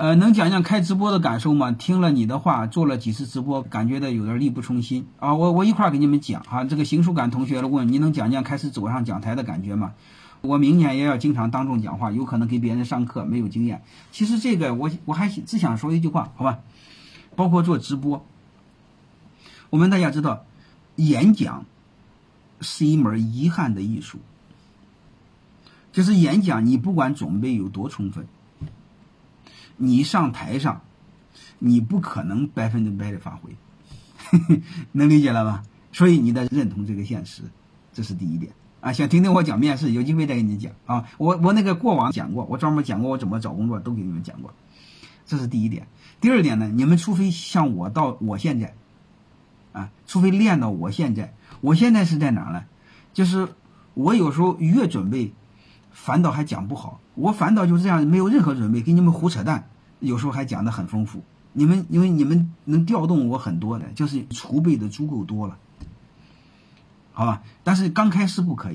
能讲讲开直播的感受吗？听了你的话，做了几次直播，感觉的有点力不从心啊。我一块儿给你们讲哈。这个邢书感同学问你能讲讲开始走上讲台的感觉吗？我明年也要经常当众讲话，有可能给别人上课，没有经验。其实这个我还只想说一句话，好吧？包括做直播，我们大家知道，演讲是一门遗憾的艺术。就是演讲，你不管准备有多充分，你上台上，你不可能100%的发挥，能理解了吧？所以你得认同这个现实，这是第一点啊。想听听我讲面试，有机会再给你讲啊。我那个过往讲过，我专门讲过我怎么找工作，都给你们讲过，这是第一点。第二点呢，你们除非像我到我现在，啊，除非练到我现在是在哪呢？就是我有时候越准备，反倒还讲不好，我反倒就这样没有任何准备，给你们胡扯淡，有时候还讲得很丰富。因为你们能调动我很多的，就是储备的足够多了，好吧？但是刚开始不可以，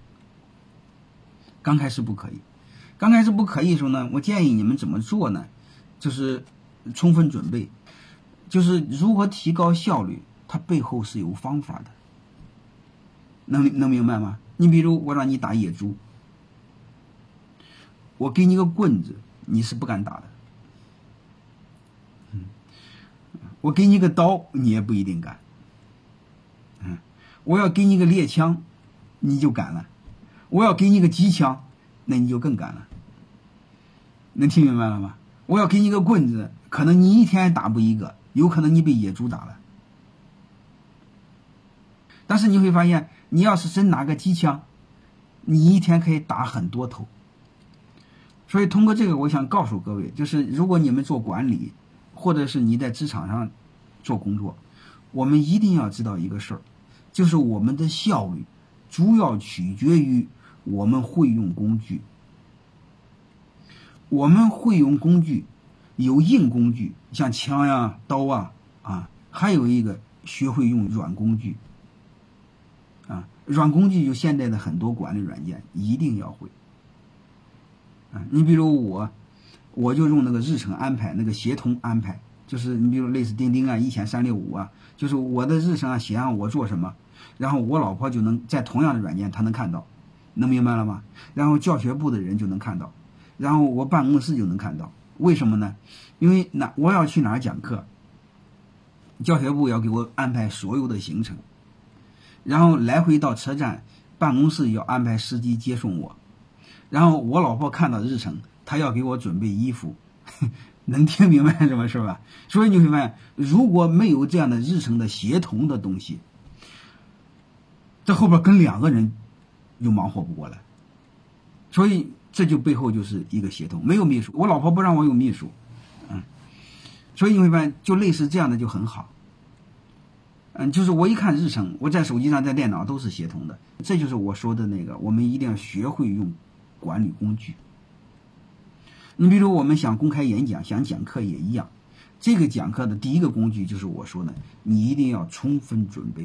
刚开始不可以的时候呢，我建议你们怎么做呢？就是充分准备，就是如何提高效率，它背后是有方法的，能明白吗？你比如我让你打野猪，我给你个棍子，你是不敢打的。我给你个刀，你也不一定敢。我要给你个猎枪，你就敢了。我要给你个机枪，那你就更敢了。能听明白了吗？我要给你个棍子，可能你一天还打不一个，有可能你被野猪打了。但是你会发现，你要是真拿个机枪，你一天可以打很多头。所以通过这个，我想告诉各位，就是如果你们做管理，或者是你在职场上做工作，我们一定要知道一个事儿，就是我们的效率主要取决于我们会用工具。我们会用工具，有硬工具，像枪呀、刀啊，还有一个学会用软工具。软工具就现在的很多管理软件一定要会。你比如我就用那个日程安排，那个协同安排，就是你比如类似钉钉啊、10365啊，就是我的日程上写上我做什么，然后我老婆就能在同样的软件她能看到，能明白了吗？然后教学部的人就能看到，然后我办公室就能看到。为什么呢？因为我要去哪儿讲课，教学部要给我安排所有的行程，然后来回到车站，办公室要安排司机接送我，然后我老婆看到日程，她要给我准备衣服，能听明白什么是吧？所以你会发现，如果没有这样的日程的协同的东西，这后边跟2个人就忙活不过来。所以这就背后就是一个协同，没有秘书，我老婆不让我有秘书，所以你会发现，就类似这样的就很好。就是我一看日程，我在手机上、在电脑都是协同的，这就是我说的那个，我们一定要学会用管理工具。你比如我们想公开演讲、想讲课也一样，这个讲课的第一个工具就是我说的，你一定要充分准备。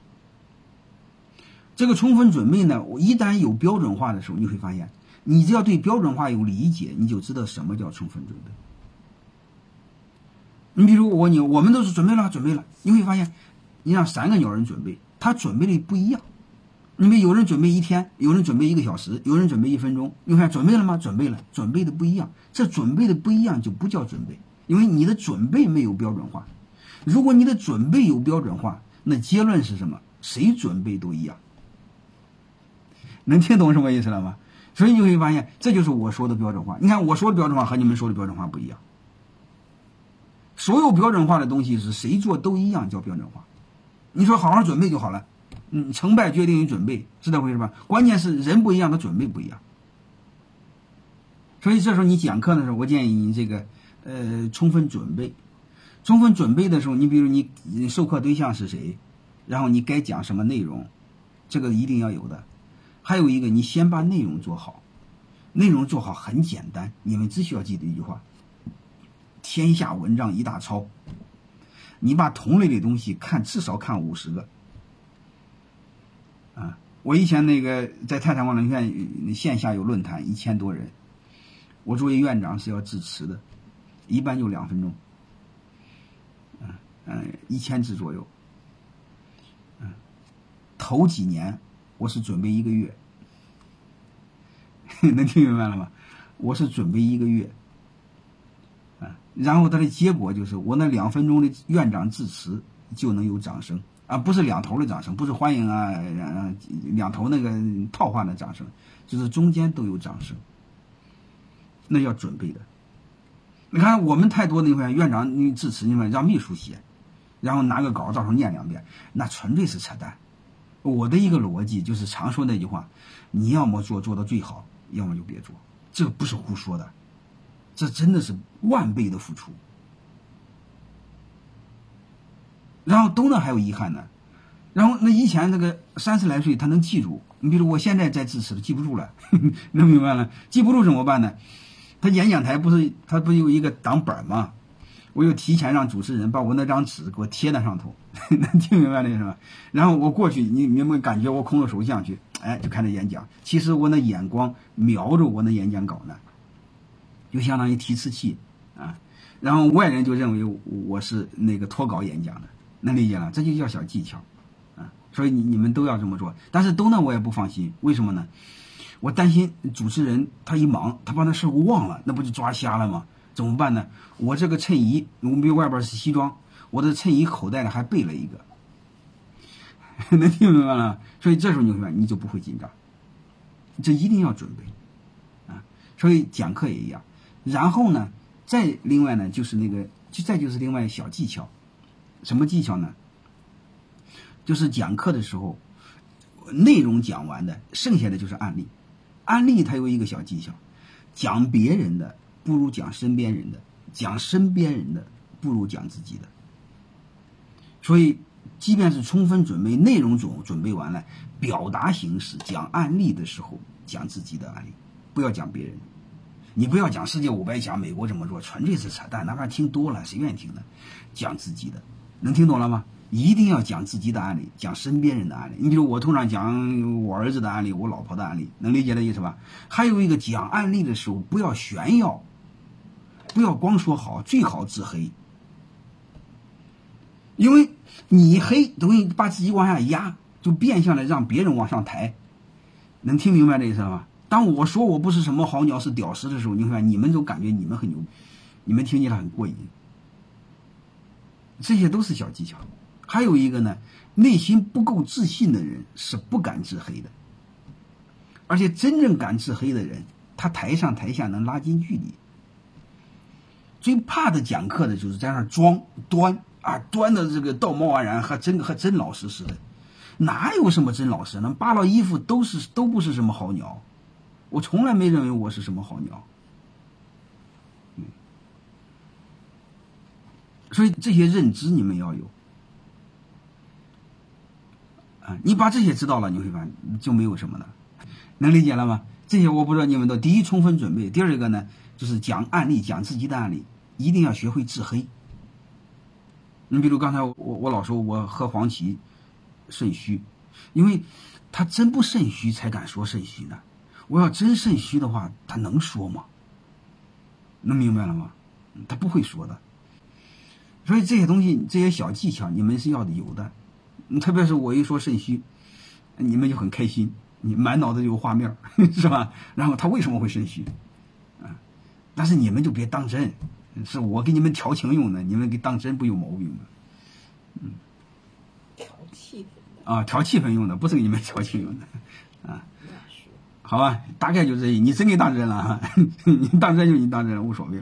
这个充分准备呢，我一旦有标准化的时候，你会发现，你只要对标准化有理解，你就知道什么叫充分准备。你比如我们都是准备了，你会发现，你让3个鸟人准备，他准备的不一样。因为有人准备1天，有人准备1个小时，有人准备1分钟。你看准备了吗？准备了，准备的不一样。这准备的不一样就不叫准备，因为你的准备没有标准化。如果你的准备有标准化，那结论是什么？谁准备都一样。能听懂什么意思了吗？所以你会发现，这就是我说的标准化。你看我说的标准化和你们说的标准化不一样。所有标准化的东西是谁做都一样叫标准化。你说好好准备就好了。成败决定于准备，是这回事吧？关键是人不一样，他准备不一样。所以这时候你讲课的时候，我建议你这个充分准备。充分准备的时候，你比如你授课对象是谁，然后你该讲什么内容，这个一定要有的。还有一个，你先把内容做好。内容做好很简单，你们只需要记得一句话：天下文章一大抄。你把同类的东西至少看50个。我以前那个在泰山管理院线下有论坛1000多人，我作为院长是要致辞的， 一般就2分钟，1000字左右。头几年我是准备1个月，能听明白了吗？我是准备1个月，然后它的结果就是我那2分钟的院长致辞就能有掌声啊，不是两头的掌声，不是欢迎啊，两头那个套话的掌声，就是中间都有掌声，那要准备的。你看我们太多那块院长你致辞，你们让秘书写，然后拿个稿到时候念2遍，那纯粹是扯淡。我的一个逻辑就是常说那句话，你要么做到最好，要么就别做，这个不是胡说的，这真的是万倍的付出。然后都呢还有遗憾呢，然后那以前那个30来岁他能记住，你比如我现在在致辞记不住了，能明白了？记不住怎么办呢？他演讲台不是有一个挡板吗？我又提前让主持人把我那张纸给我贴在上头，能听明白那是吧？然后我过去，你有没有感觉我空着手上去，就开始演讲？其实我那眼光瞄着我那演讲稿呢，就相当于提词器啊。然后外人就认为我是那个脱稿演讲的，能理解了？这就叫小技巧啊。所以你们都要这么做，但是都呢我也不放心，为什么呢？我担心主持人他一忙，他把那事忘了，那不就抓瞎了吗？怎么办呢？我这个衬衣，我比如外边是西装，我的衬衣口袋里还备了一个，能听明白了？所以这时候你就不会紧张，这一定要准备啊。所以讲课也一样。然后呢，再另外呢就是就是另外小技巧，什么技巧呢？就是讲课的时候，内容讲完的，剩下的就是案例。案例它有一个小技巧，讲别人的不如讲身边人的，讲身边人的不如讲自己的。所以即便是充分准备，内容准备完了，表达形式讲案例的时候讲自己的案例，不要讲别人。你不要讲世界500强美国怎么做，纯粹是扯淡，那玩意儿听多了谁愿意听呢？讲自己的，能听懂了吗？一定要讲自己的案例，讲身边人的案例。你比如我通常讲我儿子的案例，我老婆的案例，能理解的意思吧？还有一个讲案例的时候不要炫耀，不要光说好，最好自黑。因为你黑等于把自己往下压，就变相的让别人往上抬。能听明白这意思了吗？当我说我不是什么好鸟是屌丝的时候，你看你们都感觉你们很牛，你们听起来很过瘾。这些都是小技巧。还有一个呢，内心不够自信的人是不敢自黑的，而且真正敢自黑的人，他台上台下能拉近距离。最怕的讲课的就是在那儿端的这个道貌岸然，和真老师似的。哪有什么真老师呢？扒了衣服都不是什么好鸟。我从来没认为我是什么好鸟。所以这些认知你们要有。你把这些知道了，你会发现就没有什么了，能理解了吗？这些我不知道你们都第一充分准备，第二个呢就是讲案例，讲自己的案例，一定要学会自黑。你比如刚才我老说我喝黄芪肾虚，因为他真不肾虚才敢说肾虚呢。我要真肾虚的话，他能说吗？能明白了吗？他不会说的。所以这些东西，这些小技巧你们是要有的。特别是我一说肾虚，你们就很开心，你满脑子就有画面，是吧？然后他为什么会肾虚？但是你们就别当真，是我给你们调情用的，你们给当真不有毛病吗？ 调气氛的调气氛用的，不是给你们调情用的好吧，大概就这意，你真给当真了你当真就你当真，无所谓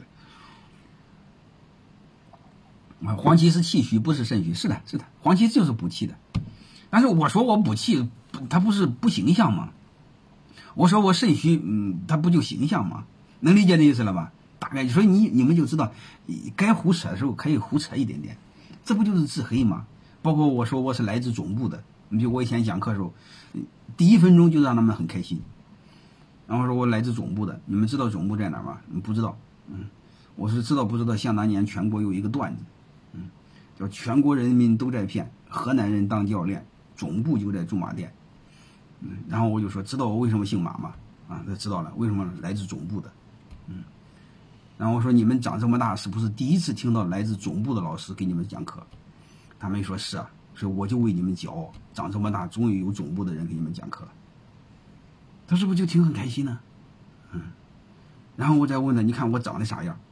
了。黄芪是气虚，不是肾虚。是的，黄芪就是补气的。但是我说我补气，它不是不形象吗？我说我肾虚，它不就形象吗？能理解的意思了吧？大概所以你们就知道，该胡扯的时候可以胡扯一点点，这不就是自黑吗？包括我说我是来自总部的，你就我以前讲课的时候，第1分钟就让他们很开心。然后说我来自总部的，你们知道总部在哪吗？你不知道，我是知道不知道。想当年全国有一个段子，叫全国人民都在骗，河南人当教练，总部就在驻马店。然后我就说，知道我为什么姓马吗？他知道了，为什么来自总部的？ 然后我说你们长这么大是不是第一次听到来自总部的老师给你们讲课？他们说是啊，所以我就为你们骄傲，长这么大终于有总部的人给你们讲课了。他是不是就挺很开心呢？然后我再问他，你看我长得啥样？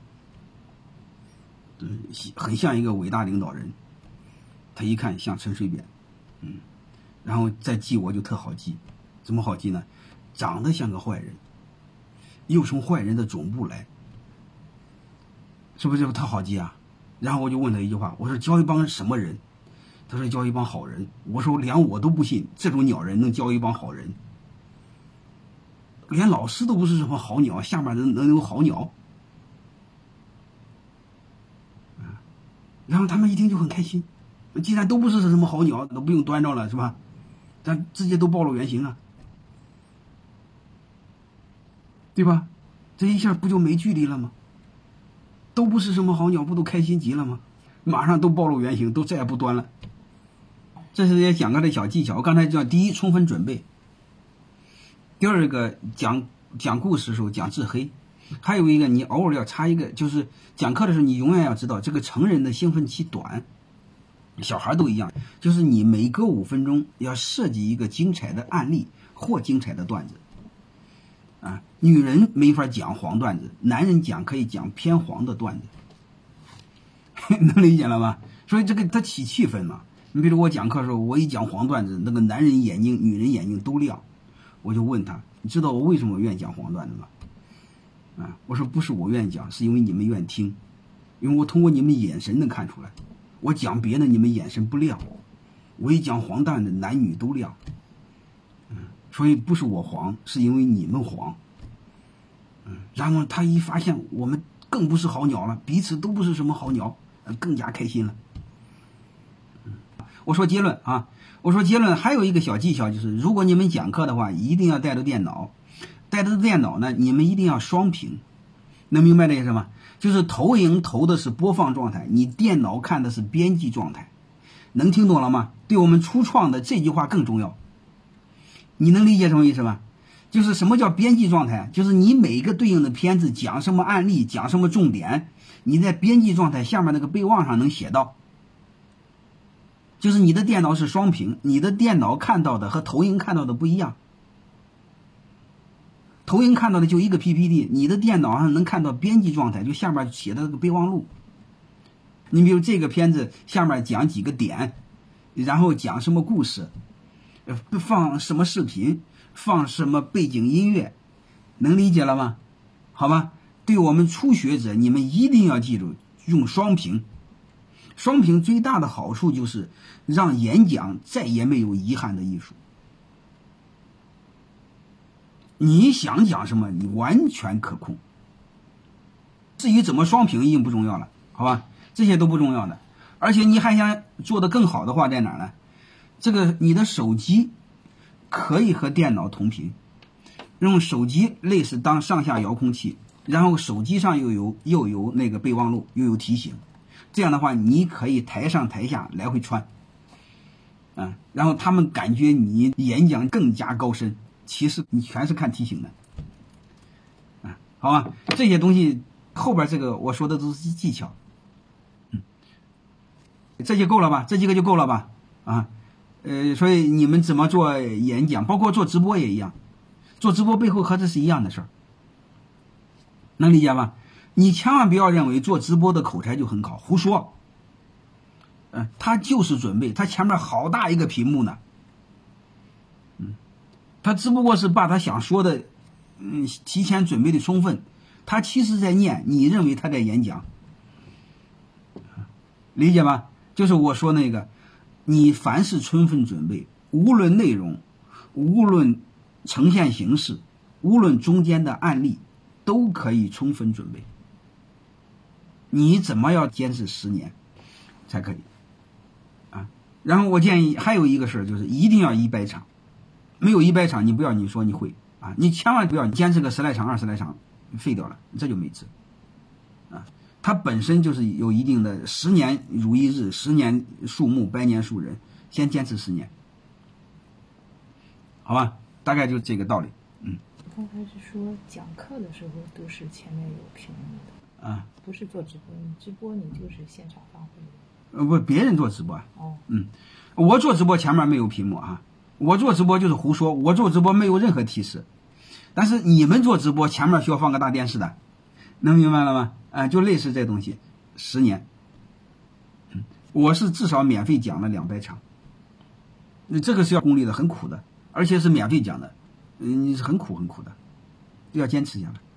很像一个伟大领导人。他一看像陈水扁，然后再记我就特好记，怎么好记呢？长得像个坏人，又从坏人的总部来，是不是特好记啊？然后我就问他一句话，我说教一帮什么人？他说教一帮好人。我说连我都不信这种鸟人能教一帮好人，连老师都不是什么好鸟，下面能有好鸟？然后他们一听就很开心，既然都不是什么好鸟，都不用端着了，是吧？咱直接都暴露原形了，对吧？这一下不就没距离了吗？都不是什么好鸟，不都开心极了吗？马上都暴露原形，都再也不端了。这是也讲个这小技巧。我刚才讲，第一，充分准备；第二个，讲故事的时候讲自黑；还有一个，你偶尔要插一个，就是讲课的时候，你永远要知道，这个成人的兴奋期短，小孩都一样，就是你每隔5分钟要设计一个精彩的案例或精彩的段子。女人没法讲黄段子，男人讲可以讲偏黄的段子，能理解了吗？所以这个它起气氛嘛。你比如我讲课的时候，我一讲黄段子，那个男人眼睛、女人眼睛都亮，我就问他，你知道我为什么愿意讲黄段子吗？我说不是我愿意讲，是因为你们愿意听，因为我通过你们眼神能看出来，我讲别的你们眼神不亮，我一讲黄段子，男女都亮。所以不是我黄，是因为你们黄。然后他一发现我们更不是好鸟了，彼此都不是什么好鸟，更加开心了。我说结论啊，还有一个小技巧，就是如果你们讲课的话，一定要带着电脑。带着电脑呢，你们一定要双屏，能明白这意思吗？就是投影投的是播放状态，你电脑看的是编辑状态，能听懂了吗？对我们初创的这句话更重要。你能理解什么意思吗？就是什么叫编辑状态？就是你每个对应的片子讲什么案例，讲什么重点，你在编辑状态下面那个备忘上能写到。就是你的电脑是双屏，你的电脑看到的和投影看到的不一样。投影看到的就一个 PPT， 你的电脑上能看到编辑状态，就下面写的那个备忘录。你比如这个片子下面讲几个点，然后讲什么故事，放什么视频，放什么背景音乐，能理解了吗？好吧，对我们初学者，你们一定要记住用双屏。双屏最大的好处就是让演讲再也没有遗憾的艺术。你想讲什么，你完全可控。至于怎么双屏已经不重要了，好吧，这些都不重要的。而且你还想做得更好的话在哪呢？这个你的手机可以和电脑同屏，用手机类似当上下遥控器，然后手机上又有那个备忘录，又有提醒。这样的话，你可以台上台下来回穿，然后他们感觉你演讲更加高深，其实你全是看提醒的，好吧？这些东西后边这个我说的都是技巧，这就够了吧？这几个就够了吧？所以你们怎么做演讲，包括做直播也一样，做直播背后和这是一样的事儿，能理解吧？你千万不要认为做直播的口才就很好，胡说。他就是准备，他前面好大一个屏幕呢，他只不过是把他想说的，提前准备的充分，他其实在念，你认为他在演讲，理解吧？就是我说那个，你凡是充分准备，无论内容，无论呈现形式，无论中间的案例，都可以充分准备。你怎么要坚持10年才可以然后我建议还有一个事儿，就是一定要100场，没有100场，你不要你说你会你千万不要你坚持个10来场20来场废掉了，这就没治它本身就是有一定的10年如一日，10年树木，100年树人，先坚持10年，好吧？大概就这个道理。 刚才是说讲课的时候都是前面有屏幕啊。 不是做直播，你直播你就是现场发挥的。 不，别人做直播。 哦， 我做直播前面没有屏幕啊，我做直播就是胡说，我做直播没有任何提示。但是你们做直播前面需要放个大电视的，能明白了吗？就类似这东西，10年，我是至少免费讲了200场，这个是要功利的，很苦的，而且是免费讲的，是很苦的，要坚持下来。